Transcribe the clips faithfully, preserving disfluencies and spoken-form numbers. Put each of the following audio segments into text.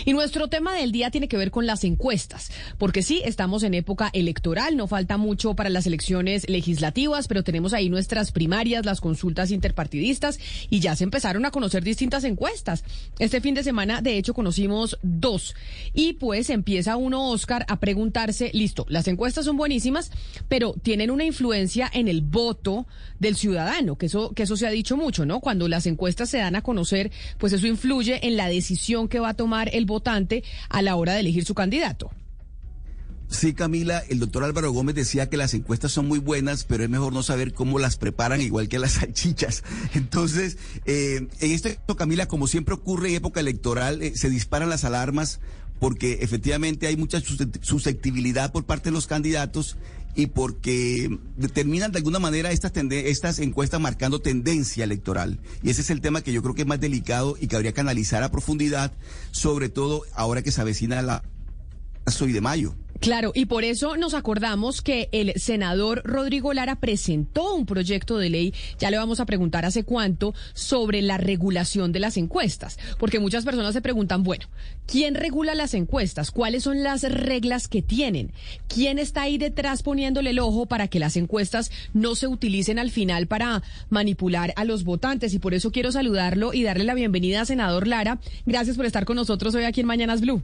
Y nuestro tema del día tiene que ver con las encuestas, porque sí, estamos en época electoral, no falta mucho para las elecciones legislativas, pero tenemos ahí nuestras primarias, las consultas interpartidistas, y ya se empezaron a conocer distintas encuestas. Este fin de semana, de hecho, conocimos dos. Y pues empieza uno, Oscar, a preguntarse, listo, las encuestas son buenísimas, pero tienen una influencia en el voto del ciudadano, que eso, que eso se ha dicho mucho, ¿no? Cuando las encuestas se dan a conocer, pues eso influye en la decisión que va a tomar el votante a la hora de elegir su candidato. Sí, Camila, el doctor Álvaro Gómez decía que las encuestas son muy buenas, pero es mejor no saber cómo las preparan, igual que las salchichas. Entonces, eh, en este caso, Camila, como siempre ocurre en época electoral, eh, se disparan las alarmas porque efectivamente hay mucha susceptibilidad por parte de los candidatos y porque determinan de alguna manera estas, estas encuestas marcando tendencia electoral. Y ese es el tema que yo creo que es más delicado y que habría que analizar a profundidad, sobre todo ahora que se avecina la marzo y de mayo. Claro, y por eso nos acordamos que el senador Rodrigo Lara presentó un proyecto de ley, ya le vamos a preguntar hace cuánto, sobre la regulación de las encuestas, porque muchas personas se preguntan, bueno, ¿quién regula las encuestas? ¿Cuáles son las reglas que tienen? ¿Quién está ahí detrás poniéndole el ojo para que las encuestas no se utilicen al final para manipular a los votantes? Y por eso quiero saludarlo y darle la bienvenida a senador Lara. Gracias por estar con nosotros hoy aquí en Mañanas Blue.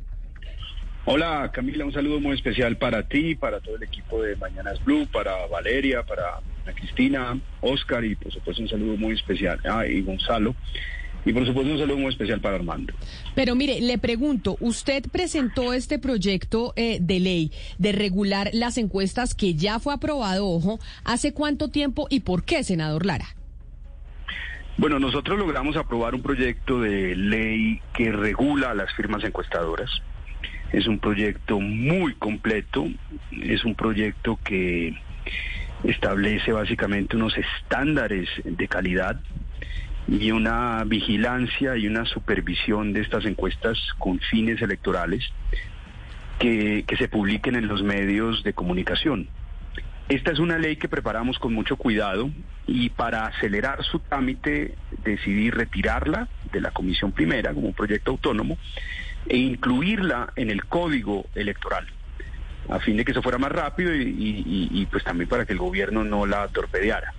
Hola Camila, un saludo muy especial para ti, para todo el equipo de Mañanas Blue, para Valeria, para Cristina, Oscar y por supuesto un saludo muy especial, ah, y Gonzalo, y por supuesto un saludo muy especial para Armando. Pero mire, le pregunto, usted presentó este proyecto eh, de ley de regular las encuestas que ya fue aprobado, ojo, ¿hace cuánto tiempo y por qué, senador Lara? Bueno, nosotros logramos aprobar un proyecto de ley que regula a las firmas encuestadoras. Es un proyecto muy completo, es un proyecto que establece básicamente unos estándares de calidad y una vigilancia y una supervisión de estas encuestas con fines electorales que, que se publiquen en los medios de comunicación. Esta es una ley que preparamos con mucho cuidado y para acelerar su trámite decidí retirarla de la Comisión Primera como un proyecto autónomo e incluirla en el Código Electoral, a fin de que eso fuera más rápido y, y, y pues también para que el gobierno no la torpedeara.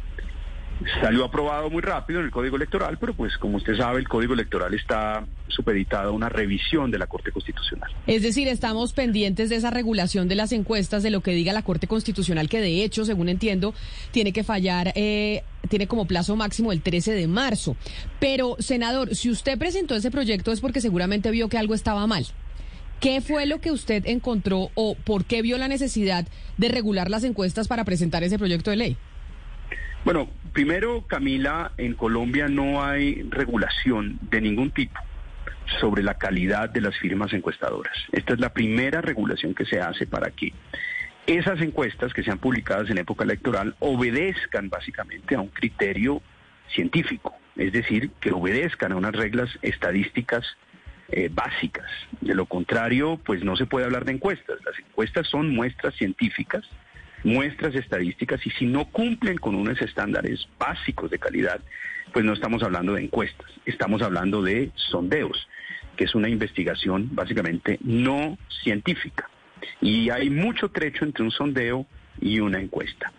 Salió aprobado muy rápido en el Código Electoral, pero pues como usted sabe, el Código Electoral está supeditado a una revisión de la Corte Constitucional. Es decir, estamos pendientes de esa regulación de las encuestas, de lo que diga la Corte Constitucional, que de hecho, según entiendo, tiene que fallar, eh, tiene como plazo máximo el trece de marzo. Pero, senador, si usted presentó ese proyecto es porque seguramente vio que algo estaba mal. ¿Qué fue lo que usted encontró o por qué vio la necesidad de regular las encuestas para presentar ese proyecto de ley? Bueno, primero, Camila, en Colombia no hay regulación de ningún tipo sobre la calidad de las firmas encuestadoras. Esta es la primera regulación que se hace para que esas encuestas que sean publicadas en época electoral obedezcan básicamente a un criterio científico, es decir, que obedezcan a unas reglas estadísticas eh, básicas. De lo contrario, pues no se puede hablar de encuestas. Las encuestas son muestras científicas, muestras estadísticas, y si no cumplen con unos estándares básicos de calidad, pues no estamos hablando de encuestas, estamos hablando de sondeos, que es una investigación básicamente no científica. Y hay mucho trecho entre un sondeo y una encuesta.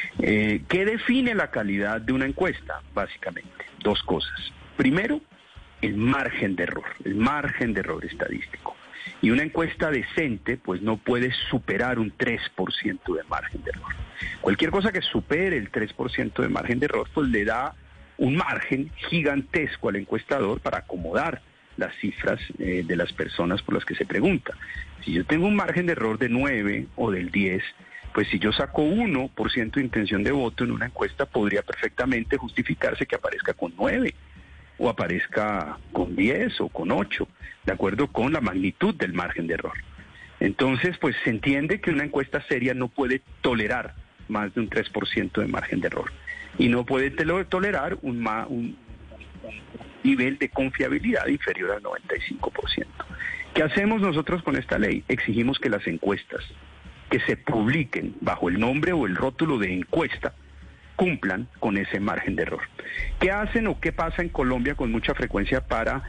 Eh, ¿Qué define la calidad de una encuesta? Básicamente, dos cosas. Primero, el margen de error, el margen de error estadístico. Y una encuesta decente, pues no puede superar un tres por ciento de margen de error. Cualquier cosa que supere el tres por ciento de margen de error, pues le da un margen gigantesco al encuestador para acomodar las cifras eh, de las personas por las que se pregunta. Si yo tengo un margen de error de nueve o del diez, pues si yo saco uno por ciento de intención de voto en una encuesta, podría perfectamente justificarse que aparezca con nueve. O aparezca con diez o con ocho, de acuerdo con la magnitud del margen de error. Entonces, pues se entiende que una encuesta seria no puede tolerar más de un tres por ciento de margen de error. Y no puede tolerar un, un, un nivel de confiabilidad inferior al noventa y cinco por ciento. ¿Qué hacemos nosotros con esta ley? Exigimos que las encuestas que se publiquen bajo el nombre o el rótulo de encuesta cumplan con ese margen de error. ¿Qué hacen o qué pasa en Colombia con mucha frecuencia para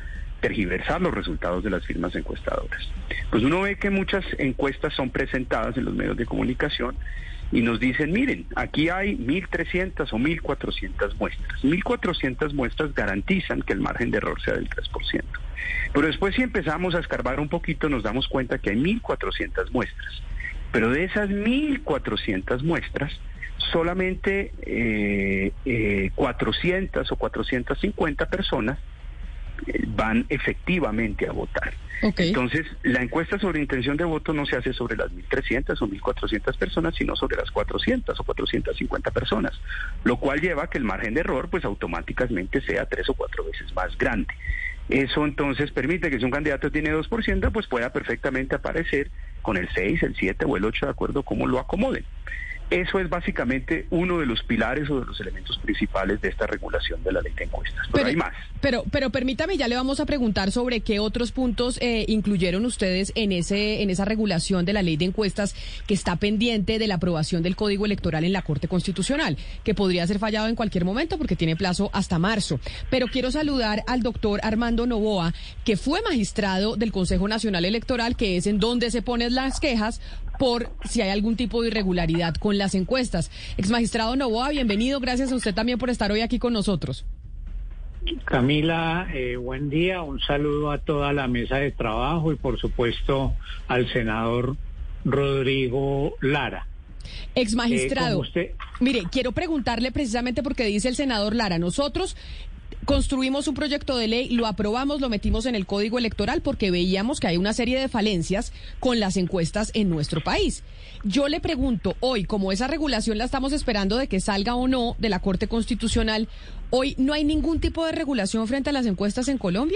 tergiversar los resultados de las firmas encuestadoras. Pues uno ve que muchas encuestas son presentadas en los medios de comunicación y nos dicen, miren, aquí hay mil trescientas o mil cuatrocientas muestras. mil cuatrocientas muestras garantizan que el margen de error sea del tres por ciento. Pero después, si empezamos a escarbar un poquito, nos damos cuenta que hay mil cuatrocientas muestras. Pero de esas mil cuatrocientas muestras, solamente eh, eh, cuatrocientas o cuatrocientas cincuenta personas van efectivamente a votar. Okay. Entonces, la encuesta sobre intención de voto no se hace sobre las mil trescientas o mil cuatrocientas personas, sino sobre las cuatrocientas o cuatrocientas cincuenta personas, lo cual lleva a que el margen de error pues automáticamente sea tres o cuatro veces más grande. Eso entonces permite que si un candidato tiene dos por ciento, pues pueda perfectamente aparecer con el seis, el siete o el ocho, de acuerdo a cómo lo acomoden. Eso es básicamente uno de los pilares o de los elementos principales de esta regulación de la ley de encuestas. Pero, pero hay más. Pero, pero permítame, ya le vamos a preguntar sobre qué otros puntos eh, incluyeron ustedes en ese, en esa regulación de la ley de encuestas que está pendiente de la aprobación del Código Electoral en la Corte Constitucional, que podría ser fallado en cualquier momento porque tiene plazo hasta marzo. Pero quiero saludar al doctor Armando Noboa, que fue magistrado del Consejo Nacional Electoral, que es en donde se ponen las quejas por si hay algún tipo de irregularidad con las encuestas. Exmagistrado Noboa, bienvenido, gracias a usted también por estar hoy aquí con nosotros. Camila, eh, buen día, un saludo a toda la mesa de trabajo y por supuesto al senador Rodrigo Lara. Exmagistrado, eh, usted... mire, quiero preguntarle precisamente porque dice el senador Lara, nosotros construimos un proyecto de ley, lo aprobamos, lo metimos en el Código Electoral porque veíamos que hay una serie de falencias con las encuestas en nuestro país. Yo le pregunto, hoy, como esa regulación la estamos esperando de que salga o no de la Corte Constitucional, ¿hoy no hay ningún tipo de regulación frente a las encuestas en Colombia?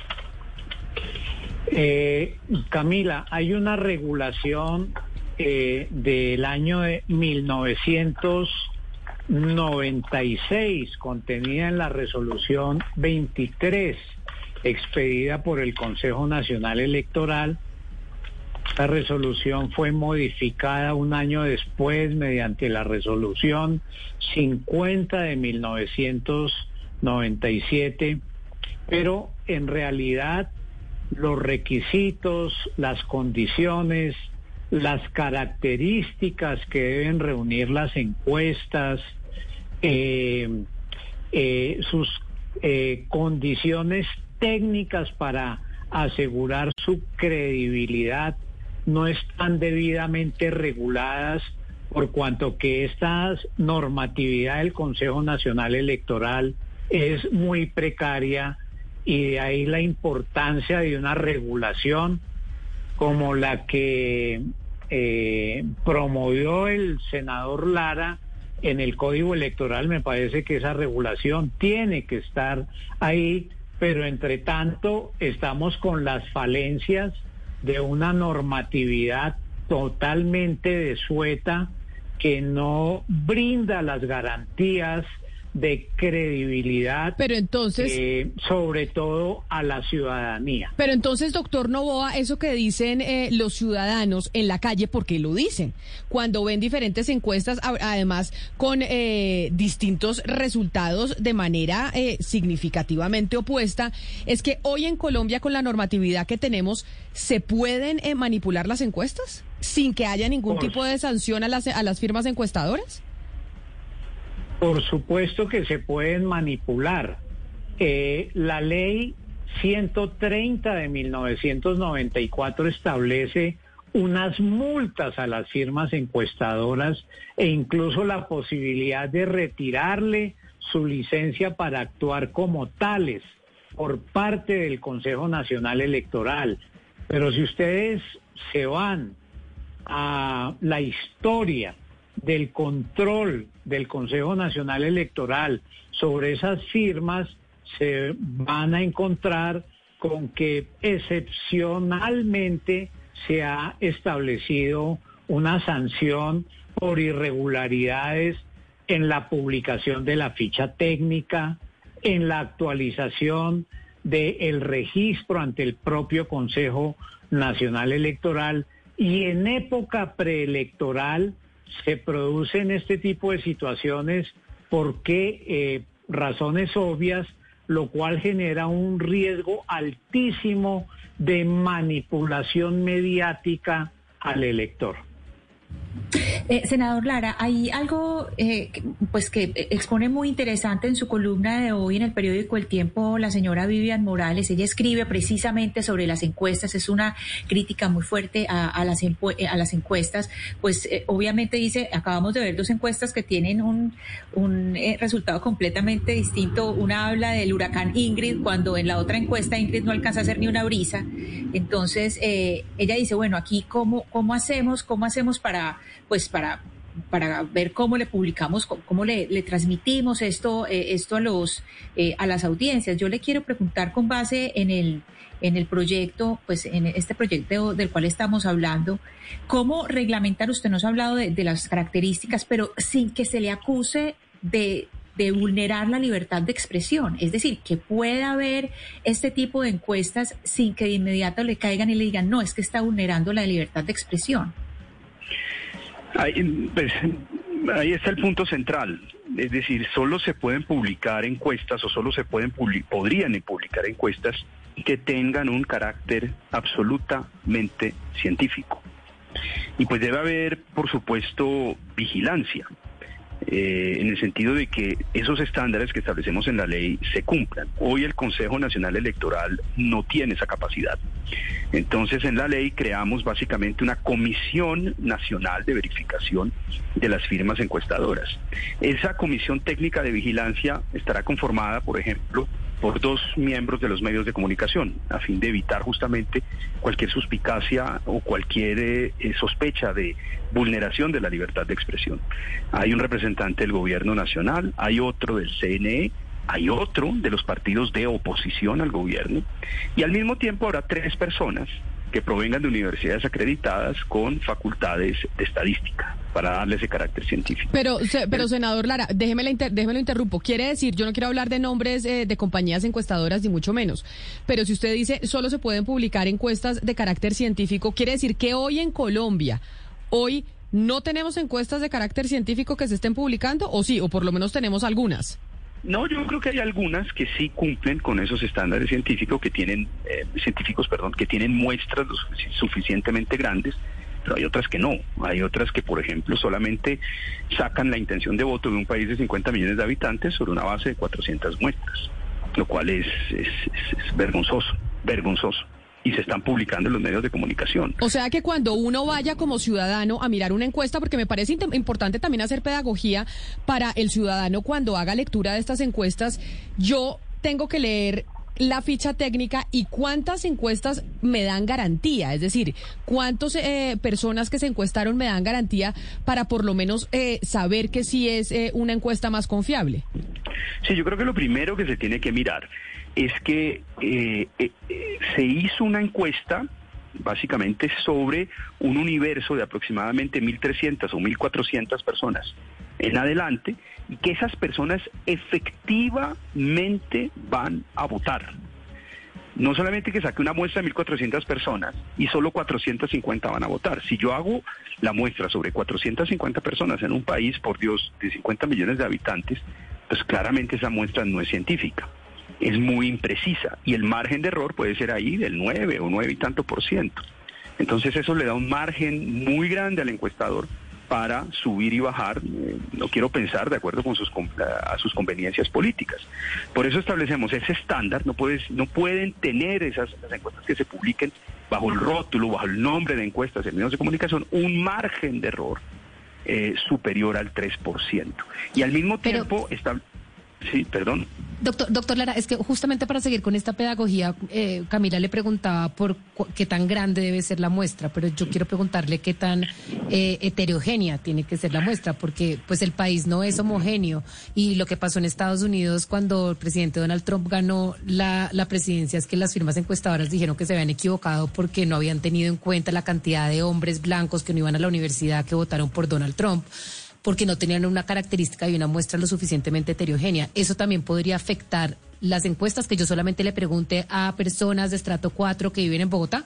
Eh, Camila, hay una regulación eh, del año de mil novecientos noventa y seis, contenida en la resolución veintitrés, expedida por el Consejo Nacional Electoral. Esta resolución fue modificada un año después mediante la resolución cincuenta de mil novecientos noventa y siete, pero en realidad los requisitos, las condiciones, las características que deben reunir las encuestas, Eh, eh, sus eh, condiciones técnicas para asegurar su credibilidad no están debidamente reguladas, por cuanto que esta normatividad del Consejo Nacional Electoral es muy precaria, y de ahí la importancia de una regulación como la que eh, promovió el senador Lara en el Código Electoral. Me parece que esa regulación tiene que estar ahí, pero entre tanto estamos con las falencias de una normatividad totalmente desueta que no brinda las garantías de credibilidad, pero entonces, eh, sobre todo a la ciudadanía. Pero entonces, doctor Noboa, eso que dicen eh, los ciudadanos en la calle, ¿por qué lo dicen? Cuando ven diferentes encuestas, además con eh, distintos resultados de manera eh, significativamente opuesta, es que hoy en Colombia, con la normatividad que tenemos, ¿se pueden eh, manipular las encuestas sin que haya ningún Por... tipo de sanción a las, a las firmas encuestadoras? Por supuesto que se pueden manipular. Eh, la ley ciento treinta de mil novecientos noventa y cuatro establece unas multas a las firmas encuestadoras e incluso la posibilidad de retirarle su licencia para actuar como tales por parte del Consejo Nacional Electoral. Pero si ustedes se van a la historia del control del Consejo Nacional Electoral sobre esas firmas, se van a encontrar con que excepcionalmente se ha establecido una sanción por irregularidades en la publicación de la ficha técnica, en la actualización del registro ante el propio Consejo Nacional Electoral, y en época preelectoral se producen este tipo de situaciones porque, eh, razones obvias, lo cual genera un riesgo altísimo de manipulación mediática al elector. Eh, senador Lara, hay algo eh, que, pues que expone muy interesante en su columna de hoy en el periódico El Tiempo la señora Vivian Morales. Ella escribe precisamente sobre las encuestas, es una crítica muy fuerte a, a, las, a las encuestas, pues eh, obviamente dice, acabamos de ver dos encuestas que tienen un, un eh, resultado completamente distinto. Una habla del huracán Ingrid, cuando en la otra encuesta Ingrid no alcanza a hacer ni una brisa. Entonces eh, ella dice, bueno, aquí cómo, cómo hacemos, cómo hacemos para pues para para ver cómo le publicamos, cómo le, le transmitimos esto eh, esto a los eh, a las audiencias. Yo le quiero preguntar con base en el en el proyecto, pues en este proyecto del cual estamos hablando, cómo reglamentar. Usted nos ha hablado de, de las características, pero sin que se le acuse de de vulnerar la libertad de expresión, es decir, que pueda haber este tipo de encuestas sin que de inmediato le caigan y le digan, no, es que está vulnerando la libertad de expresión. Ahí, pues, ahí está el punto central, es decir, solo se pueden publicar encuestas o solo se pueden publi- podrían publicar encuestas que tengan un carácter absolutamente científico. Y pues debe haber, por supuesto, vigilancia, eh, en el sentido de que esos estándares que establecemos en la ley se cumplan. Hoy el Consejo Nacional Electoral no tiene esa capacidad. Entonces, en la ley creamos básicamente una comisión nacional de verificación de las firmas encuestadoras. Esa comisión técnica de vigilancia estará conformada, por ejemplo, por dos miembros de los medios de comunicación, a fin de evitar justamente cualquier suspicacia o cualquier eh, sospecha de vulneración de la libertad de expresión. Hay un representante del gobierno nacional, hay otro del C N E, hay otro de los partidos de oposición al gobierno, y al mismo tiempo habrá tres personas que provengan de universidades acreditadas con facultades de estadística para darle ese carácter científico. Pero, se, pero senador Lara, déjeme, la inter, déjeme lo interrumpo. Quiere decir, yo no quiero hablar de nombres eh, de compañías encuestadoras ni mucho menos, pero si usted dice solo se pueden publicar encuestas de carácter científico, quiere decir que hoy en Colombia, hoy no tenemos encuestas de carácter científico que se estén publicando, o sí, o por lo menos tenemos algunas. No, yo creo que hay algunas que sí cumplen con esos estándares científicos que tienen eh, científicos, perdón, que tienen muestras lo suficientemente grandes, pero hay otras que no. Hay otras que, por ejemplo, solamente sacan la intención de voto de un país de cincuenta millones de habitantes sobre una base de cuatrocientas muestras, lo cual es, es, es, es vergonzoso, vergonzoso. Y se están publicando en los medios de comunicación. O sea que cuando uno vaya como ciudadano a mirar una encuesta, porque me parece importante también hacer pedagogía para el ciudadano cuando haga lectura de estas encuestas, yo tengo que leer la ficha técnica y cuántas encuestas me dan garantía, es decir, cuántas eh, personas que se encuestaron me dan garantía para por lo menos eh, saber que sí es eh, una encuesta más confiable. Sí, yo creo que lo primero que se tiene que mirar es que eh, eh, se hizo una encuesta básicamente sobre un universo de aproximadamente mil trescientas o mil cuatrocientas personas en adelante, y que esas personas efectivamente van a votar. No solamente que saque una muestra de mil cuatrocientas personas y solo cuatrocientas cincuenta van a votar. Si yo hago la muestra sobre cuatrocientas cincuenta personas en un país, por Dios, de cincuenta millones de habitantes, pues claramente esa muestra no es científica. Es muy imprecisa y el margen de error puede ser ahí del nueve o nueve y tanto por ciento. Entonces eso le da un margen muy grande al encuestador para subir y bajar, eh, no quiero pensar de acuerdo con sus a sus conveniencias políticas. Por eso establecemos ese estándar. No puedes, no pueden tener esas las encuestas que se publiquen bajo el rótulo, bajo el nombre de encuestas en medios de comunicación, un margen de error eh, superior al tres por ciento. Y al mismo tiempo Pero... está... Sí, perdón. Doctor, doctor Lara, es que justamente para seguir con esta pedagogía, eh, Camila le preguntaba por cu- qué tan grande debe ser la muestra, pero yo quiero preguntarle qué tan eh, heterogénea tiene que ser la muestra, porque pues el país no es homogéneo, y lo que pasó en Estados Unidos cuando el presidente Donald Trump ganó la, la presidencia es que las firmas encuestadoras dijeron que se habían equivocado porque no habían tenido en cuenta la cantidad de hombres blancos que no iban a la universidad que votaron por Donald Trump, porque no tenían una característica y una muestra lo suficientemente heterogénea. ¿Eso también podría afectar las encuestas, que yo solamente le pregunte a personas de estrato cuatro que viven en Bogotá?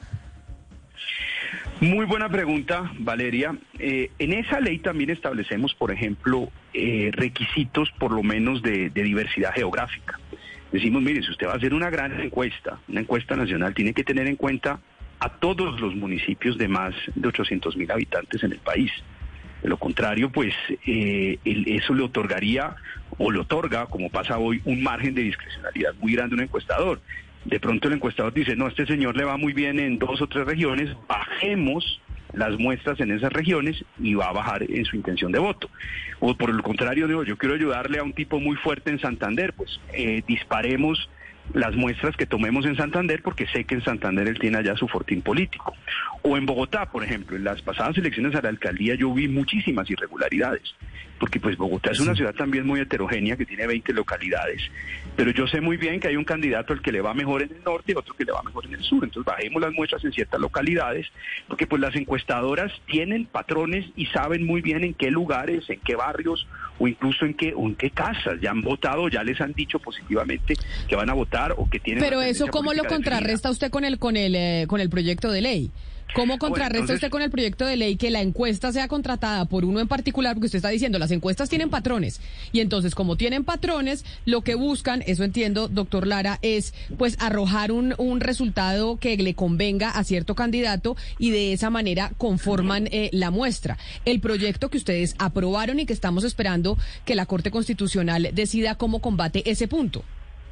Muy buena pregunta, Valeria. Eh, en esa ley también establecemos, por ejemplo, eh, requisitos por lo menos de, de diversidad geográfica. decimos, mire, si usted va a hacer una gran encuesta, una encuesta nacional, tiene que tener en cuenta a todos los municipios de más de ochocientos mil habitantes en el país. De lo contrario, pues eh, el, eso le otorgaría o le otorga, como pasa hoy, un margen de discrecionalidad muy grande a un encuestador. De pronto el encuestador dice, no, este señor le va muy bien en dos o tres regiones, bajemos las muestras en esas regiones y va a bajar en su intención de voto. O por el contrario, no, yo quiero ayudarle a un tipo muy fuerte en Santander, pues eh, disparemos las muestras que tomemos en Santander porque sé que en Santander él tiene allá su fortín político. O en Bogotá, por ejemplo, en las pasadas elecciones a la alcaldía yo vi muchísimas irregularidades, porque pues Bogotá es una ciudad también muy heterogénea que tiene veinte localidades, pero yo sé muy bien que hay un candidato al que le va mejor en el norte y otro que le va mejor en el sur, entonces bajemos las muestras en ciertas localidades, porque pues las encuestadoras tienen patrones y saben muy bien en qué lugares, en qué barrios o incluso en qué, o en qué casas ya han votado, ya les han dicho positivamente que van a votar o que tienen... Pero eso, ¿cómo lo contrarresta usted con el, con el, eh, con el proyecto de ley? ¿Cómo contrarresta bueno, entonces, usted con el proyecto de ley que la encuesta sea contratada por uno en particular? Porque usted está diciendo, las encuestas tienen patrones. Y entonces, como tienen patrones, lo que buscan, eso entiendo, doctor Lara, es pues arrojar un, un resultado que le convenga a cierto candidato y de esa manera conforman eh, la muestra. El proyecto que ustedes aprobaron y que estamos esperando que la Corte Constitucional decida cómo combate ese punto.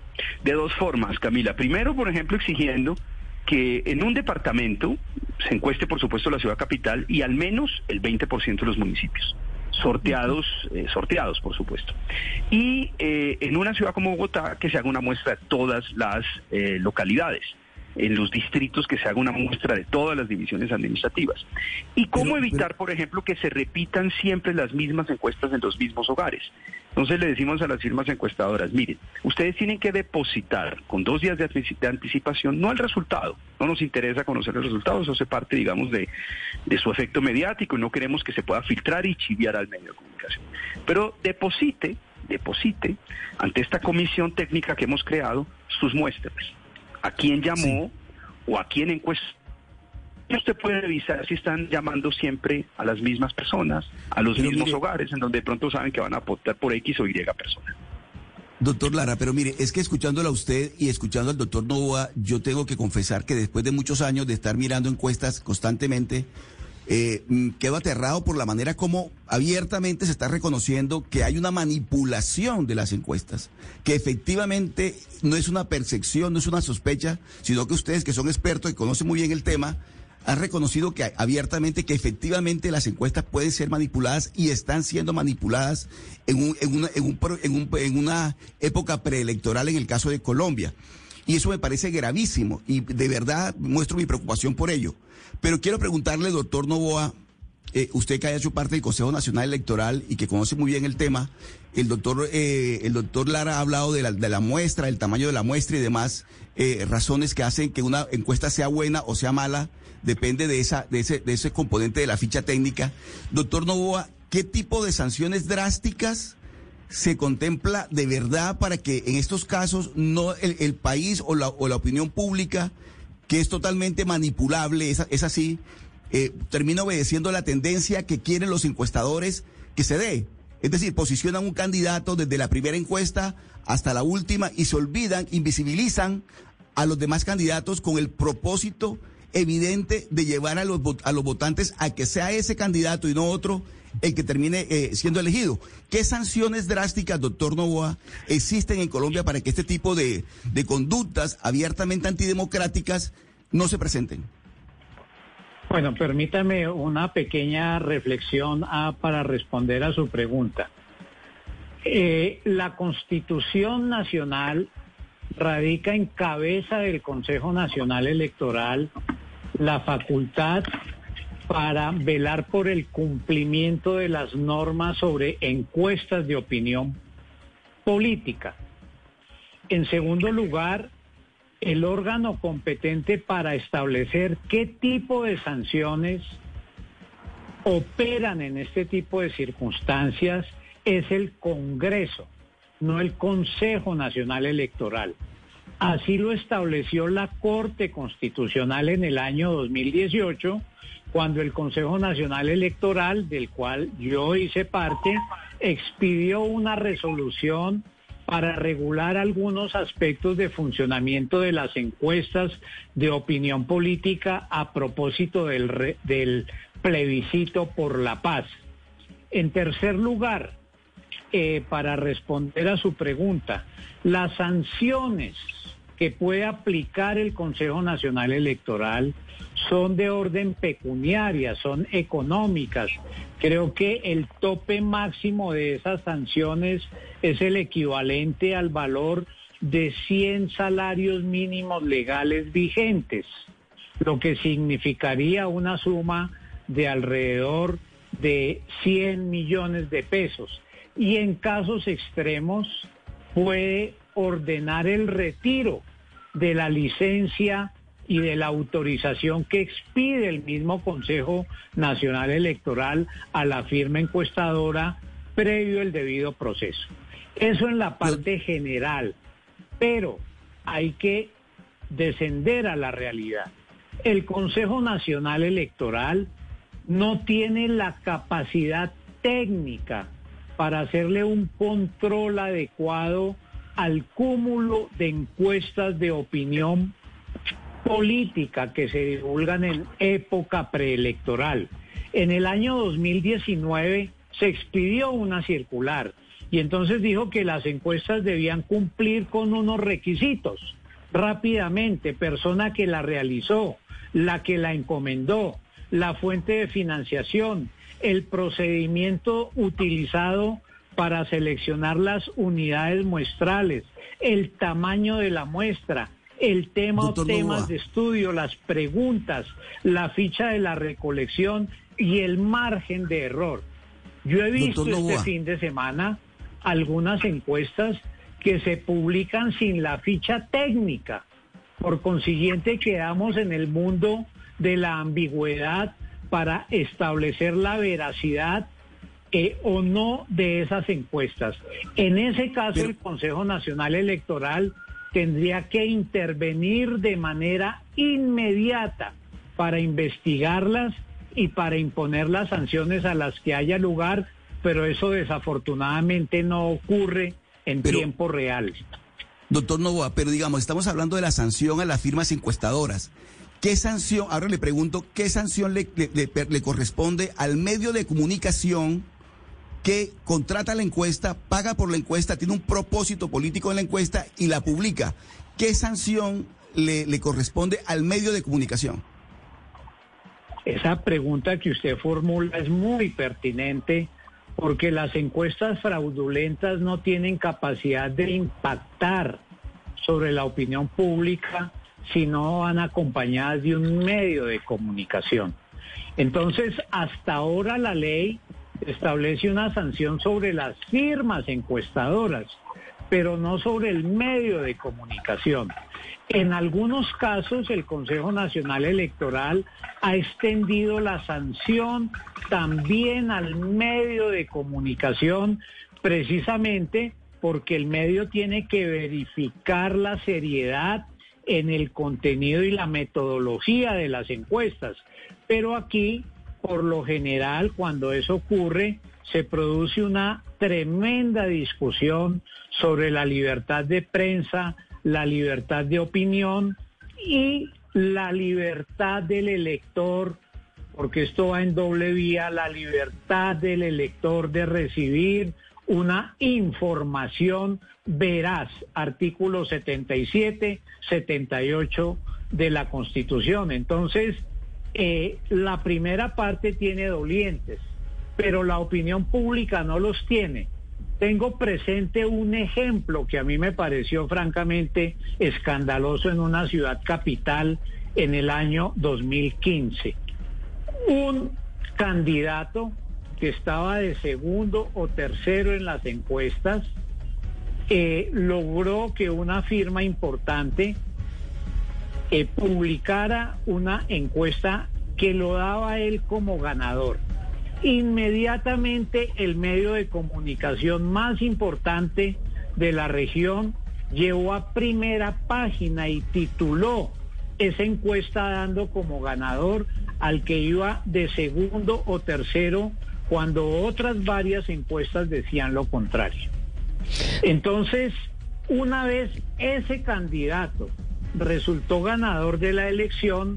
De dos formas, Camila. Primero, por ejemplo, exigiendo que en un departamento se encueste, por supuesto, la ciudad capital y al menos el veinte por ciento de los municipios, sorteados, eh, sorteados, por supuesto. Y eh, en una ciudad como Bogotá, que se haga una muestra de todas las eh, localidades. En los distritos que se haga una muestra de todas las divisiones administrativas. ¿Y cómo pero, evitar, pero... por ejemplo, que se repitan siempre las mismas encuestas en los mismos hogares? Entonces le decimos a las firmas encuestadoras, miren, ustedes tienen que depositar con dos días de, de anticipación, no el resultado, no nos interesa conocer el resultado, eso hace parte, digamos, de, de su efecto mediático y no queremos que se pueda filtrar y chiviar al medio de comunicación. Pero deposite, deposite ante esta comisión técnica que hemos creado sus muestras. ¿A quién llamó sí. o a quién encuestó? Usted puede revisar si están llamando siempre a las mismas personas, a los pero mismos mire, hogares, en donde de pronto saben que van a votar por X o Y persona. Doctor Lara, pero mire, es que escuchándolo a usted y escuchando al doctor Novoa, yo tengo que confesar que después de muchos años de estar mirando encuestas constantemente, Eh, quedo aterrado por la manera como abiertamente se está reconociendo que hay una manipulación de las encuestas, que efectivamente no es una percepción, no es una sospecha, sino que ustedes que son expertos y conocen muy bien el tema, han reconocido que abiertamente que efectivamente las encuestas pueden ser manipuladas y están siendo manipuladas en, un, en, una, en, un, en, un, en una época preelectoral en el caso de Colombia. Y eso me parece gravísimo y de verdad muestro mi preocupación por ello. Pero quiero preguntarle, doctor Novoa, eh, usted que ha hecho parte del Consejo Nacional Electoral y que conoce muy bien el tema, el doctor eh, el doctor Lara ha hablado de la, de la muestra, el tamaño de la muestra y demás eh, razones que hacen que una encuesta sea buena o sea mala, depende de esa de ese de ese componente de la ficha técnica. Doctor Novoa, ¿qué tipo de sanciones drásticas se contempla de verdad para que en estos casos no el, el país o la, o la opinión pública, que es totalmente manipulable, es, es así, eh, termina obedeciendo la tendencia que quieren los encuestadores que se dé? Es decir, posicionan un candidato desde la primera encuesta hasta la última y se olvidan, invisibilizan a los demás candidatos con el propósito evidente de llevar a los, a los votantes a que sea ese candidato y no otro el que termine eh, siendo elegido. ¿Qué sanciones drásticas, doctor Novoa, existen en Colombia para que este tipo de, de conductas abiertamente antidemocráticas no se presenten? Bueno, permítame una pequeña reflexión ah, para responder a su pregunta. Eh, la Constitución Nacional radica en cabeza del Consejo Nacional Electoral la facultad para velar por el cumplimiento de las normas sobre encuestas de opinión política. En segundo lugar, el órgano competente para establecer qué tipo de sanciones operan en este tipo de circunstancias es el Congreso, no el Consejo Nacional Electoral. Así lo estableció la Corte Constitucional en el año dos mil dieciocho, cuando el Consejo Nacional Electoral, del cual yo hice parte, expidió una resolución para regular algunos aspectos de funcionamiento de las encuestas de opinión política a propósito del, re, del plebiscito por la paz. En tercer lugar, eh, para responder a su pregunta, las sanciones que puede aplicar el Consejo Nacional Electoral son de orden pecuniaria, son económicas. Creo que el tope máximo de esas sanciones es el equivalente al valor de cien salarios mínimos legales vigentes, lo que significaría una suma de alrededor de cien millones de pesos. Y en casos extremos puede ordenar el retiro de la licencia y de la autorización que expide el mismo Consejo Nacional Electoral a la firma encuestadora previo el debido proceso. Eso en la parte general, pero hay que descender a la realidad. El Consejo Nacional Electoral no tiene la capacidad técnica para hacerle un control adecuado al cúmulo de encuestas de opinión política que se divulgan en época preelectoral. En el año dos mil diecinueve se expidió una circular y entonces dijo que las encuestas debían cumplir con unos requisitos rápidamente: persona que la realizó, la que la encomendó, la fuente de financiación, el procedimiento utilizado para seleccionar las unidades muestrales, el tamaño de la muestra, el tema o temas de estudio, las preguntas, la ficha de la recolección y el margen de error. Yo he visto este fin de semana algunas encuestas que se publican sin la ficha técnica. Por consiguiente, quedamos en el mundo de la ambigüedad para establecer la veracidad eh, o no de esas encuestas. En ese caso, Pero... el Consejo Nacional Electoral tendría que intervenir de manera inmediata para investigarlas y para imponer las sanciones a las que haya lugar, pero eso desafortunadamente no ocurre en pero, tiempo real. Doctor Novoa, pero digamos, estamos hablando de la sanción a las firmas encuestadoras. ¿Qué sanción, ahora le pregunto, qué sanción le, le, le, le corresponde al medio de comunicación que contrata la encuesta, paga por la encuesta, tiene un propósito político en la encuesta y la publica? ¿Qué sanción le, le corresponde al medio de comunicación? Esa pregunta que usted formula es muy pertinente, porque las encuestas fraudulentas no tienen capacidad de impactar sobre la opinión pública si no van acompañadas de un medio de comunicación. Entonces, hasta ahora la ley establece una sanción sobre las firmas encuestadoras, pero no sobre el medio de comunicación. En algunos casos, el Consejo Nacional Electoral ha extendido la sanción también al medio de comunicación, precisamente porque el medio tiene que verificar la seriedad en el contenido y la metodología de las encuestas. Pero aquí, por lo general, cuando eso ocurre, se produce una tremenda discusión sobre la libertad de prensa, la libertad de opinión y la libertad del elector, porque esto va en doble vía, la libertad del elector de recibir una información veraz, artículos setenta y siete, setenta y ocho de la Constitución. Entonces, eh, la primera parte tiene dolientes, pero la opinión pública no los tiene. Tengo presente un ejemplo que a mí me pareció francamente escandaloso en una ciudad capital en el año dos mil quince. Un candidato que estaba de segundo o tercero en las encuestas eh, logró que una firma importante eh, publicara una encuesta que lo daba a él como ganador. Inmediatamente el medio de comunicación más importante de la región llevó a primera página y tituló esa encuesta dando como ganador al que iba de segundo o tercero, cuando otras varias encuestas decían lo contrario. Entonces, una vez ese candidato resultó ganador de la elección,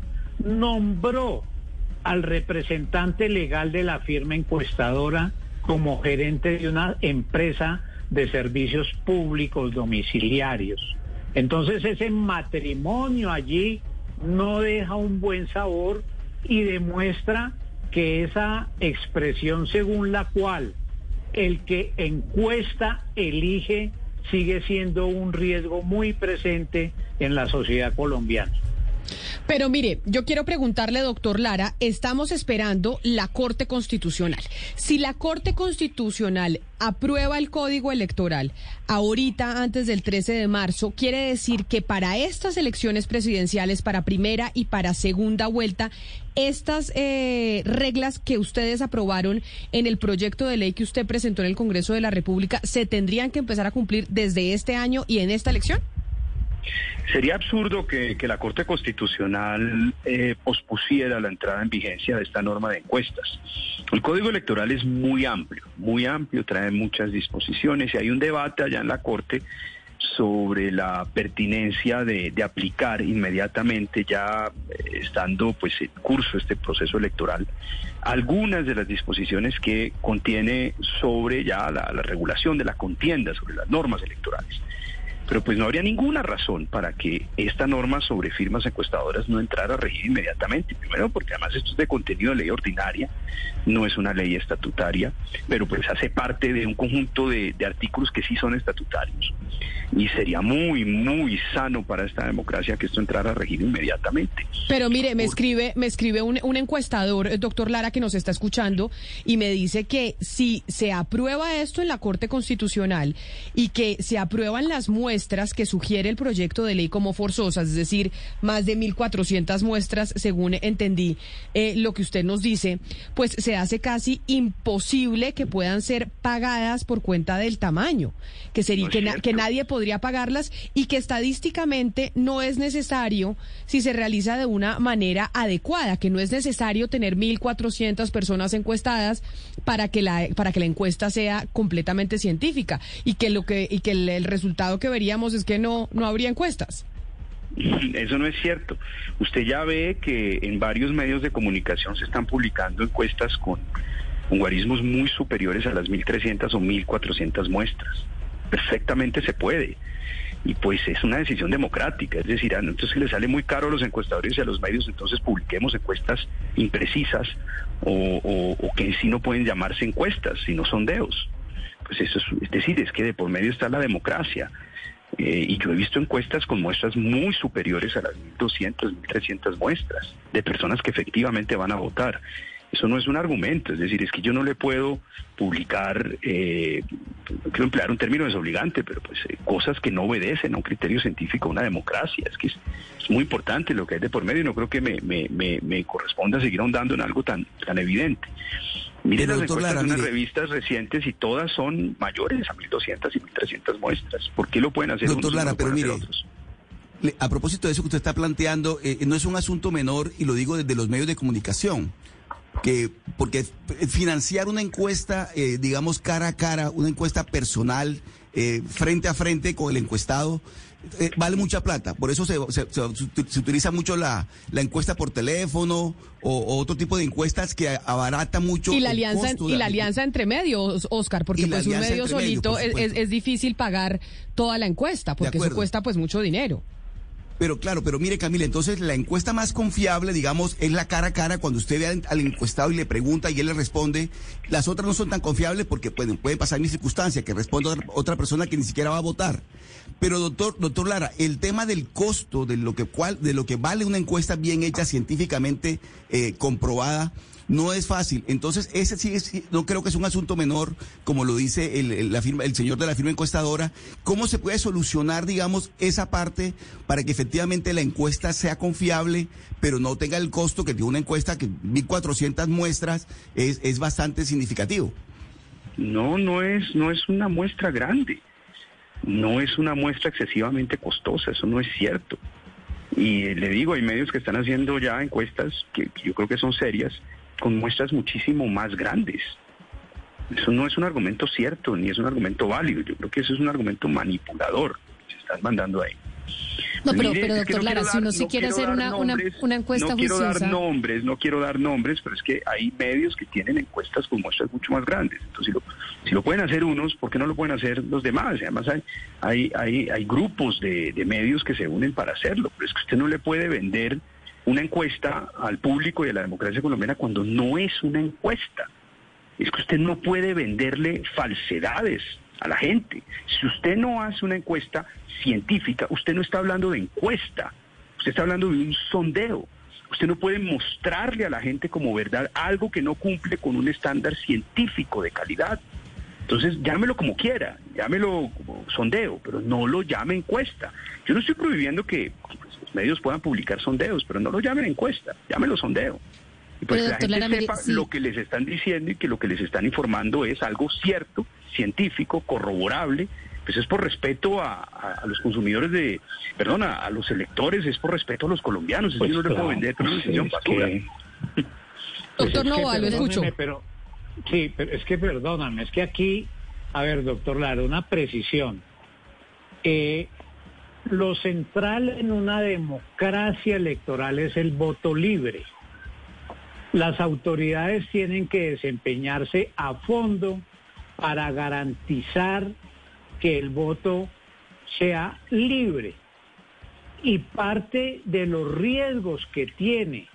nombró al representante legal de la firma encuestadora como gerente de una empresa de servicios públicos domiciliarios. Entonces ese matrimonio allí no deja un buen sabor y demuestra que esa expresión según la cual el que encuesta elige sigue siendo un riesgo muy presente en la sociedad colombiana. Pero mire, yo quiero preguntarle, doctor Lara, estamos esperando la Corte Constitucional. Si la Corte Constitucional aprueba el Código Electoral ahorita antes del trece de marzo, quiere decir que para estas elecciones presidenciales, para primera y para segunda vuelta, estas eh, reglas que ustedes aprobaron en el proyecto de ley que usted presentó en el Congreso de la República, ¿se tendrían que empezar a cumplir desde este año y en esta elección? Sería absurdo que, que la Corte Constitucional eh, pospusiera la entrada en vigencia de esta norma de encuestas. El Código Electoral es muy amplio, muy amplio, trae muchas disposiciones y hay un debate allá en la Corte sobre la pertinencia de, de aplicar inmediatamente, ya eh, estando pues en curso este proceso electoral, algunas de las disposiciones que contiene sobre ya la, la regulación de la contienda, sobre las normas electorales. Pero pues no habría ninguna razón para que esta norma sobre firmas encuestadoras no entrara a regir inmediatamente. Primero porque además esto es de contenido de ley ordinaria, no es una ley estatutaria, pero pues hace parte de un conjunto de, de artículos que sí son estatutarios. Y sería muy, muy sano para esta democracia que esto entrara a regir inmediatamente. Pero mire, me escribe, me escribe un, un encuestador, el doctor Lara, que nos está escuchando, y me dice que si se aprueba esto en la Corte Constitucional y que se aprueban las muestras que sugiere el proyecto de ley como forzosas, es decir, más de mil cuatrocientas muestras, según entendí eh, lo que usted nos dice, pues se hace casi imposible que puedan ser pagadas por cuenta del tamaño, que sería no que, na, que nadie podría pagarlas y que estadísticamente no es necesario si se realiza de una manera adecuada, que no es necesario tener mil cuatrocientas personas encuestadas para que la para que la encuesta sea completamente científica y que lo que y que el, el resultado que veríamos es que no no habría encuestas. Eso no es cierto. Usted ya ve que en varios medios de comunicación se están publicando encuestas con, con guarismos muy superiores a las mil trescientas o mil cuatrocientas muestras. Perfectamente se puede. Y pues es una decisión democrática, es decir, entonces le sale muy caro a los encuestadores y a los medios, entonces publiquemos encuestas imprecisas o, o, o que en sí no pueden llamarse encuestas, sino sondeos. Pues eso es, es decir, es que de por medio está la democracia. Eh, y yo he visto encuestas con muestras muy superiores a las mil doscientas, mil trescientas muestras de personas que efectivamente van a votar. Eso no es un argumento, es decir, es que yo no le puedo publicar, eh, no quiero emplear un término desobligante, pero pues eh, cosas que no obedecen a un criterio científico, a una democracia. Es que es, es muy importante lo que hay de por medio y no creo que me, me, me, me corresponda seguir ahondando en algo tan, tan evidente. Miren las encuestas Lara, de unas mire. revistas recientes y todas son mayores a mil doscientas y mil trescientas muestras. ¿Por qué lo pueden hacer Doctor unos Lara, no pero mire, otros? A propósito de eso que usted está planteando, eh, no es un asunto menor y lo digo desde los medios de comunicación. Que porque financiar una encuesta, eh, digamos cara a cara, una encuesta personal, eh, frente a frente con el encuestado, eh, vale mucha plata. Por eso se, se, se, se utiliza mucho la, la encuesta por teléfono o, o otro tipo de encuestas que abarata mucho y la el alianza costo y de la alianza entre medios, Oscar, porque pues un medio solito medios, es, es difícil pagar toda la encuesta porque eso cuesta pues mucho dinero. Pero claro, pero mire Camila, entonces la encuesta más confiable, digamos, es la cara a cara cuando usted ve al encuestado y le pregunta y él le responde. Las otras no son tan confiables porque pueden, pueden pasar mis circunstancias, que responda otra persona que ni siquiera va a votar. Pero doctor, doctor Lara, el tema del costo de lo que cual, de lo que vale una encuesta bien hecha, científicamente eh, comprobada, no es fácil. Entonces, ese sí es, no creo que es un asunto menor, como lo dice el, el, la firma, el señor de la firma encuestadora. ¿Cómo se puede solucionar, digamos, esa parte para que efectivamente la encuesta sea confiable, pero no tenga el costo que tiene una encuesta que mil cuatrocientas muestras es, es bastante significativo? No, no es, no es una muestra grande. No es una muestra excesivamente costosa, eso no es cierto. Y le digo, hay medios que están haciendo ya encuestas que yo creo que son serias, con muestras muchísimo más grandes. Eso no es un argumento cierto, ni es un argumento válido. Yo creo que eso es un argumento manipulador que se están mandando ahí. No, pero, Mire, pero es que doctor no Lara, quiero si uno dar- sí no quiere quiero hacer dar una, una, nombres, una encuesta no quiero juiciosa... dar nombres, no quiero dar nombres, pero es que hay medios que tienen encuestas con muestras mucho más grandes. Entonces, si lo, si lo pueden hacer unos, ¿por qué no lo pueden hacer los demás? Además, hay, hay, hay, hay grupos de, de medios que se unen para hacerlo, pero es que usted no le puede vender una encuesta al público y a la democracia colombiana cuando no es una encuesta. Es que usted no puede venderle falsedades a la gente. Si usted no hace una encuesta científica, usted no está hablando de encuesta, usted está hablando de un sondeo. Usted no puede mostrarle a la gente como verdad algo que no cumple con un estándar científico de calidad. Entonces, llámelo como quiera, llámelo como sondeo, pero no lo llame encuesta. Yo no estoy prohibiendo que pues, los medios puedan publicar sondeos, pero no lo llamen encuesta, llámelo sondeo. Y pues Pero, que la doctor gente Lara, mire, sepa sí. lo que les están diciendo y que lo que les están informando es algo cierto, científico, corroborable. Pues es por respeto a, a, a los consumidores de, perdón, a, a los electores, es por respeto a los colombianos. Pues Eso yo no le puedo claro, vender con una pues decisión es basura. que- Doctor es que, Novoa, lo escucho. perdóneme, Pero, sí, pero es que perdóname, es que aquí, a ver, doctor Lara, una precisión. Eh, lo central en una democracia electoral es el voto libre. Las autoridades tienen que desempeñarse a fondo para garantizar que el voto sea libre. Y parte de los riesgos que tiene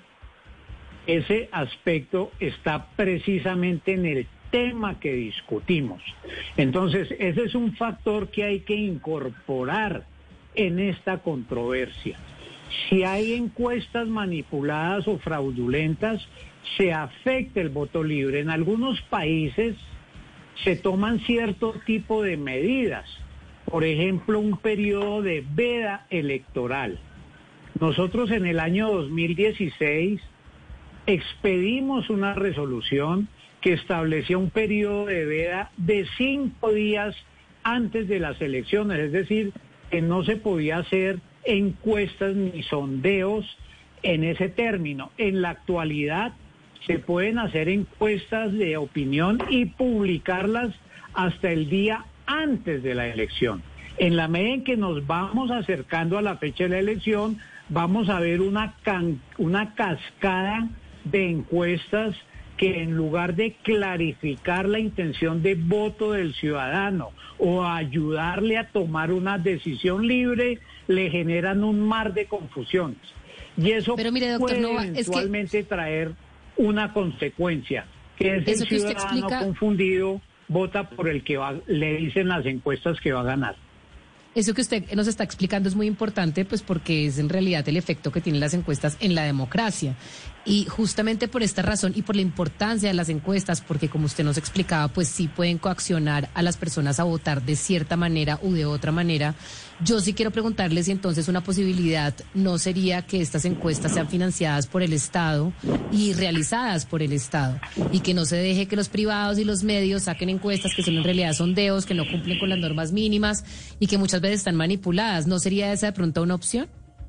ese aspecto está precisamente en el tema que discutimos. Entonces, ese es un factor que hay que incorporar en esta controversia. Si hay encuestas manipuladas o fraudulentas, se afecta el voto libre. En algunos países se toman cierto tipo de medidas, por ejemplo, un periodo de veda electoral. Nosotros en el año dos mil dieciséis expedimos una resolución que establecía un periodo de veda de cinco días antes de las elecciones, es decir, que no se podía hacer encuestas ni sondeos en ese término. En la actualidad se pueden hacer encuestas de opinión y publicarlas hasta el día antes de la elección. En la medida en que nos vamos acercando a la fecha de la elección, vamos a ver una, can, una cascada de encuestas que en lugar de clarificar la intención de voto del ciudadano o ayudarle a tomar una decisión libre, le generan un mar de confusiones. Y eso Pero mire, doctor puede Novoa, es que- eventualmente traer una consecuencia, que es Eso el que usted ciudadano explica- confundido, vota por el que va, le dicen las encuestas que va a ganar. Eso que usted nos está explicando es muy importante, pues porque es en realidad el efecto que tienen las encuestas en la democracia. Y justamente por esta razón y por la importancia de las encuestas, porque como usted nos explicaba, pues sí pueden coaccionar a las personas a votar de cierta manera u de otra manera. Yo sí quiero preguntarle si entonces una posibilidad no sería que estas encuestas sean financiadas por el Estado y realizadas por el Estado, y que no se deje que los privados y los medios saquen encuestas que son en realidad sondeos, que no cumplen con las normas mínimas y que muchas veces están manipuladas. ¿No sería esa de pronto una opción?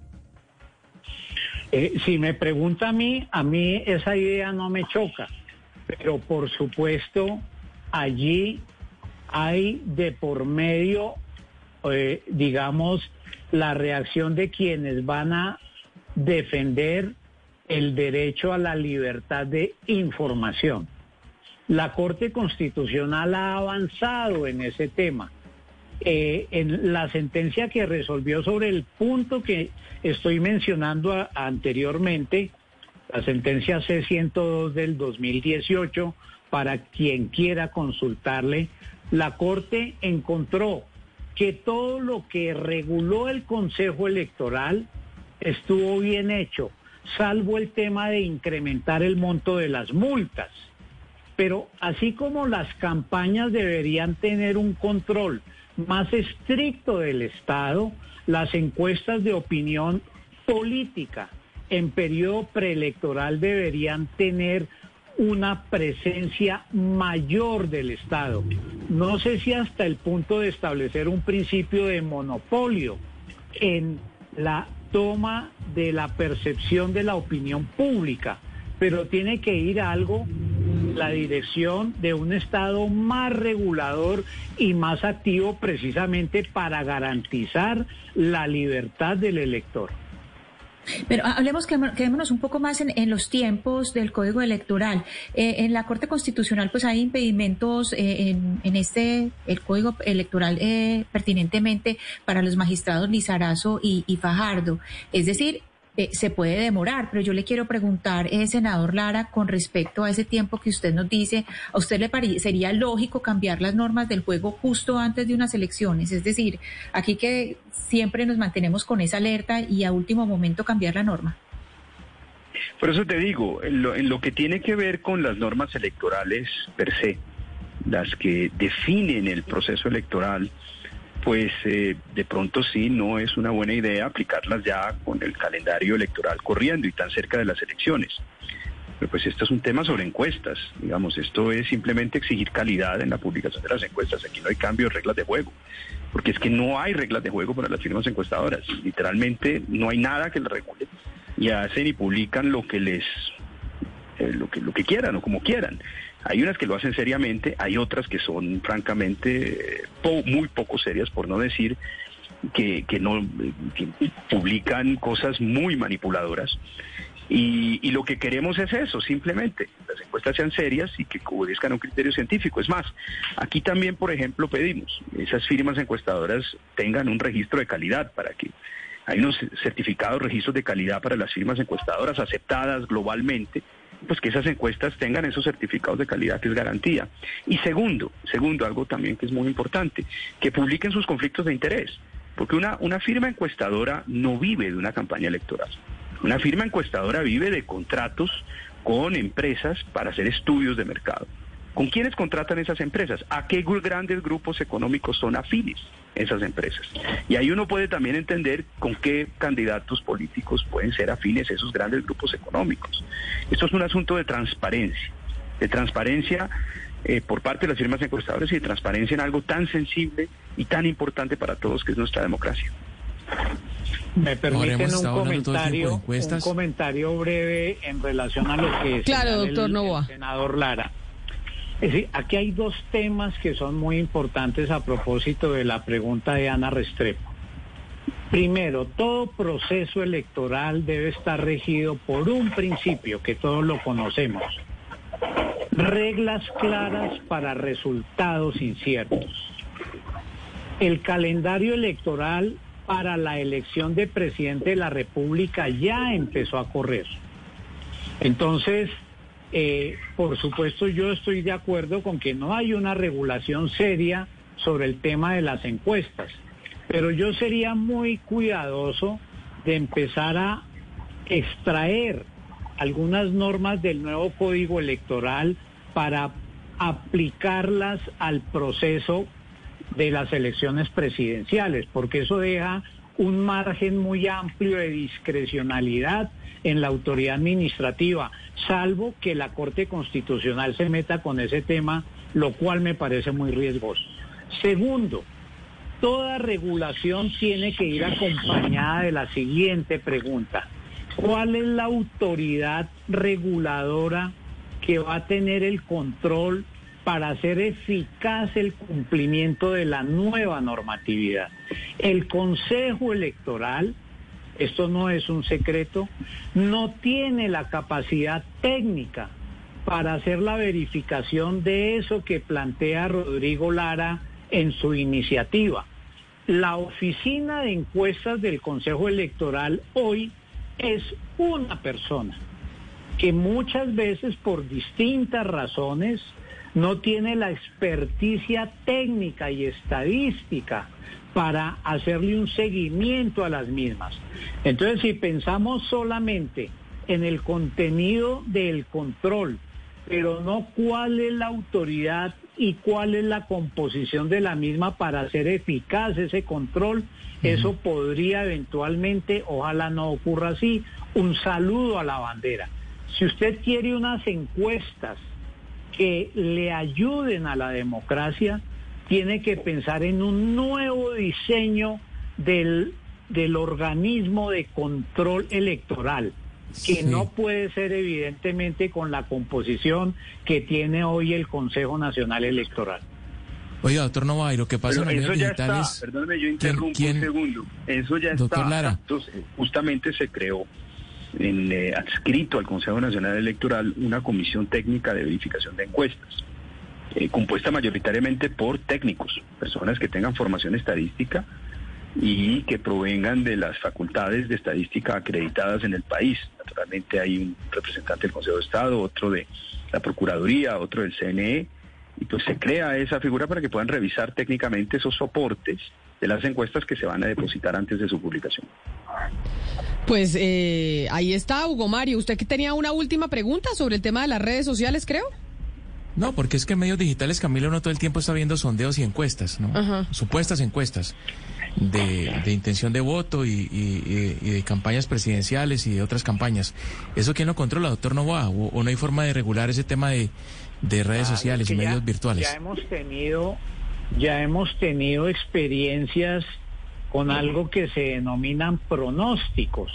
Eh, si me pregunta a mí, a mí esa idea no me choca, pero por supuesto allí hay de por medio, eh, digamos, la reacción de quienes van a defender el derecho a la libertad de información. La Corte Constitucional ha avanzado en ese tema. Eh, en la sentencia que resolvió sobre el punto que estoy mencionando a, anteriormente, la sentencia C ciento dos del dos mil dieciocho, para quien quiera consultarle, la Corte encontró que todo lo que reguló el Consejo Electoral estuvo bien hecho, salvo el tema de incrementar el monto de las multas. Pero así como las campañas deberían tener un control más estricto del Estado, las encuestas de opinión política en periodo preelectoral deberían tener una presencia mayor del Estado. No sé si hasta el punto de establecer un principio de monopolio en la toma de la percepción de la opinión pública, pero tiene que ir a algo la dirección de un Estado más regulador y más activo precisamente para garantizar la libertad del elector. Pero hablemos, quedémonos un poco más en, en los tiempos del Código Electoral. Eh, en la Corte Constitucional pues hay impedimentos eh, en, en este, el Código Electoral eh, pertinentemente para los magistrados Lizarazo y, y Fajardo. Es decir, Eh, se puede demorar, pero yo le quiero preguntar, eh, senador Lara, con respecto a ese tiempo que usted nos dice, ¿a usted le parecería lógico cambiar las normas del juego justo antes de unas elecciones? Es decir, aquí que siempre nos mantenemos con esa alerta y a último momento cambiar la norma. Por eso te digo, en lo, en lo que tiene que ver con las normas electorales per se, las que definen el proceso electoral, pues eh, de pronto sí, no es una buena idea aplicarlas ya con el calendario electoral corriendo y tan cerca de las elecciones. Pero pues esto es un tema sobre encuestas, digamos, esto es simplemente exigir calidad en la publicación de las encuestas. Aquí no hay cambio de reglas de juego, porque es que no hay reglas de juego para las firmas encuestadoras. Literalmente no hay nada que las regule y hacen y publican lo que les, eh, lo que, lo que quieran o como quieran. Hay unas que lo hacen seriamente, hay otras que son francamente po- muy poco serias, por no decir que, que no que publican cosas muy manipuladoras. Y, y lo que queremos es eso, simplemente, que las encuestas sean serias y que obedezcan a un criterio científico. Es más, aquí también, por ejemplo, pedimos esas firmas encuestadoras tengan un registro de calidad para que hay unos certificados, registros de calidad para las firmas encuestadoras aceptadas globalmente, pues que esas encuestas tengan esos certificados de calidad, que es garantía. Y segundo, segundo, algo también que es muy importante, que publiquen sus conflictos de interés, porque una, una firma encuestadora no vive de una campaña electoral. Una firma encuestadora vive de contratos con empresas para hacer estudios de mercado. ¿Con quiénes contratan esas empresas? ¿A qué grandes grupos económicos son afines esas empresas? Y ahí uno puede también entender con qué candidatos políticos pueden ser afines esos grandes grupos económicos. Esto es un asunto de transparencia, de transparencia eh, por parte de las firmas encuestadoras y de transparencia en algo tan sensible y tan importante para todos que es nuestra democracia. Me permiten un comentario, un comentario breve en relación a lo que claro, doctor el, Novoa. el senador Lara. Es decir, aquí hay dos temas que son muy importantes a propósito de la pregunta de Ana Restrepo. Primero, todo proceso electoral debe estar regido por un principio que todos lo conocemos. Reglas claras para resultados inciertos. El calendario electoral para la elección de presidente de la República ya empezó a correr. Entonces, eh, por supuesto, yo estoy de acuerdo con que no hay una regulación seria sobre el tema de las encuestas, pero yo sería muy cuidadoso de empezar a extraer algunas normas del nuevo Código Electoral para aplicarlas al proceso de las elecciones presidenciales, porque eso deja un margen muy amplio de discrecionalidad en la autoridad administrativa, salvo que la Corte Constitucional se meta con ese tema, lo cual me parece muy riesgoso. Segundo, toda regulación tiene que ir acompañada de la siguiente pregunta: ¿cuál es la autoridad reguladora que va a tener el control para hacer eficaz el cumplimiento de la nueva normatividad? El Consejo Electoral, esto no es un secreto, no tiene la capacidad técnica para hacer la verificación de eso que plantea Rodrigo Lara en su iniciativa. La oficina de encuestas del Consejo Electoral hoy es una persona que muchas veces por distintas razones no tiene la experticia técnica y estadística para hacerle un seguimiento a las mismas. Entonces, si pensamos solamente en el contenido del control, pero no cuál es la autoridad y cuál es la composición de la misma para hacer eficaz ese control, uh-huh. Eso podría eventualmente, ojalá no ocurra así, un saludo a la bandera. Si usted quiere unas encuestas que le ayuden a la democracia, tiene que pensar en un nuevo diseño del, del organismo de control electoral. que Sí. no puede ser evidentemente con la composición que tiene hoy el Consejo Nacional Electoral. Oiga, doctor Novoa, y lo que pasa Pero en los eso medios ya digitales... está, perdóneme, yo interrumpo ¿Quién- un segundo. Eso ya Doctor está. Lara. Entonces, justamente se creó, en, eh, adscrito al Consejo Nacional Electoral, una comisión técnica de verificación de encuestas, eh, compuesta mayoritariamente por técnicos, personas que tengan formación estadística y que provengan de las facultades de estadística acreditadas en el país. Naturalmente hay un representante del Consejo de Estado, otro de la Procuraduría, otro del C N E, y pues se crea esa figura para que puedan revisar técnicamente esos soportes de las encuestas que se van a depositar antes de su publicación. Pues eh, ahí está, Hugo Mario. Usted que tenía una última pregunta sobre el tema de las redes sociales, creo. No, porque es que en medios digitales, Camila, uno todo el tiempo está viendo sondeos y encuestas, ¿no? Ajá. Supuestas encuestas de, de intención de voto y, y- y de campañas presidenciales y de otras campañas. ¿Eso quién lo controla, doctor Novoa? ¿O, o no hay forma de regular ese tema de, de redes Claro, sociales es y que medios ya- virtuales? Ya hemos tenido, ya hemos tenido experiencias con algo que se denominan pronósticos,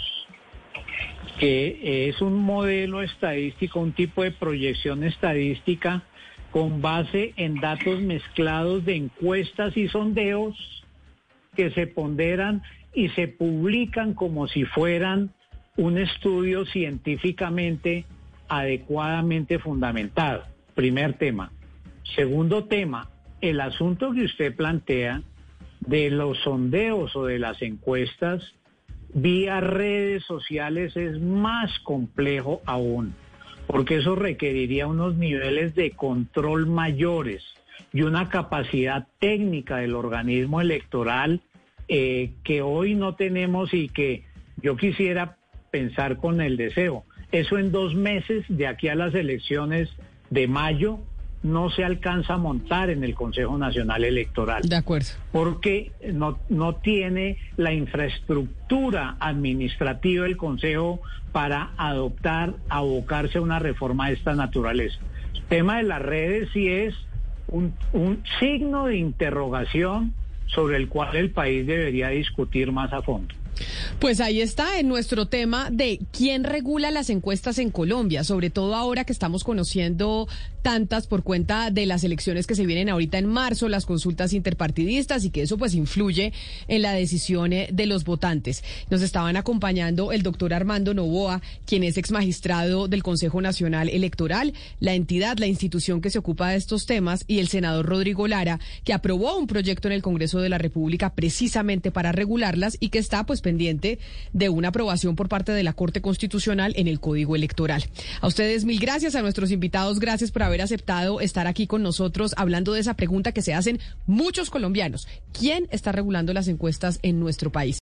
que es un modelo estadístico, un tipo de proyección estadística con base en datos mezclados de encuestas y sondeos que se ponderan y se publican como si fueran un estudio científicamente adecuadamente fundamentado. Primer tema. Segundo tema, el asunto que usted plantea de los sondeos o de las encuestas vía redes sociales es más complejo aún, porque eso requeriría unos niveles de control mayores y una capacidad técnica del organismo electoral eh, que hoy no tenemos y que yo quisiera pensar con el deseo. Eso en dos meses de aquí a las elecciones de mayo no se alcanza a montar en el Consejo Nacional Electoral. De acuerdo. Porque no, no tiene la infraestructura administrativa el Consejo para adoptar, abocarse a una reforma de esta naturaleza. El tema de las redes sí es un, un signo de interrogación sobre el cual el país debería discutir más a fondo. Pues ahí está en nuestro tema de quién regula las encuestas en Colombia, sobre todo ahora que estamos conociendo tantas por cuenta de las elecciones que se vienen ahorita en marzo, las consultas interpartidistas, y que eso pues influye en la decisión eh, de los votantes. Nos estaban acompañando el doctor Armando Novoa, quien es ex magistrado del Consejo Nacional Electoral, la entidad, la institución que se ocupa de estos temas, y el senador Rodrigo Lara, que aprobó un proyecto en el Congreso de la República precisamente para regularlas y que está pues pendiente de una aprobación por parte de la Corte Constitucional en el Código Electoral. A ustedes mil gracias, a nuestros invitados gracias por haber aceptado estar aquí con nosotros hablando de esa pregunta que se hacen muchos colombianos. ¿Quién está regulando las encuestas en nuestro país?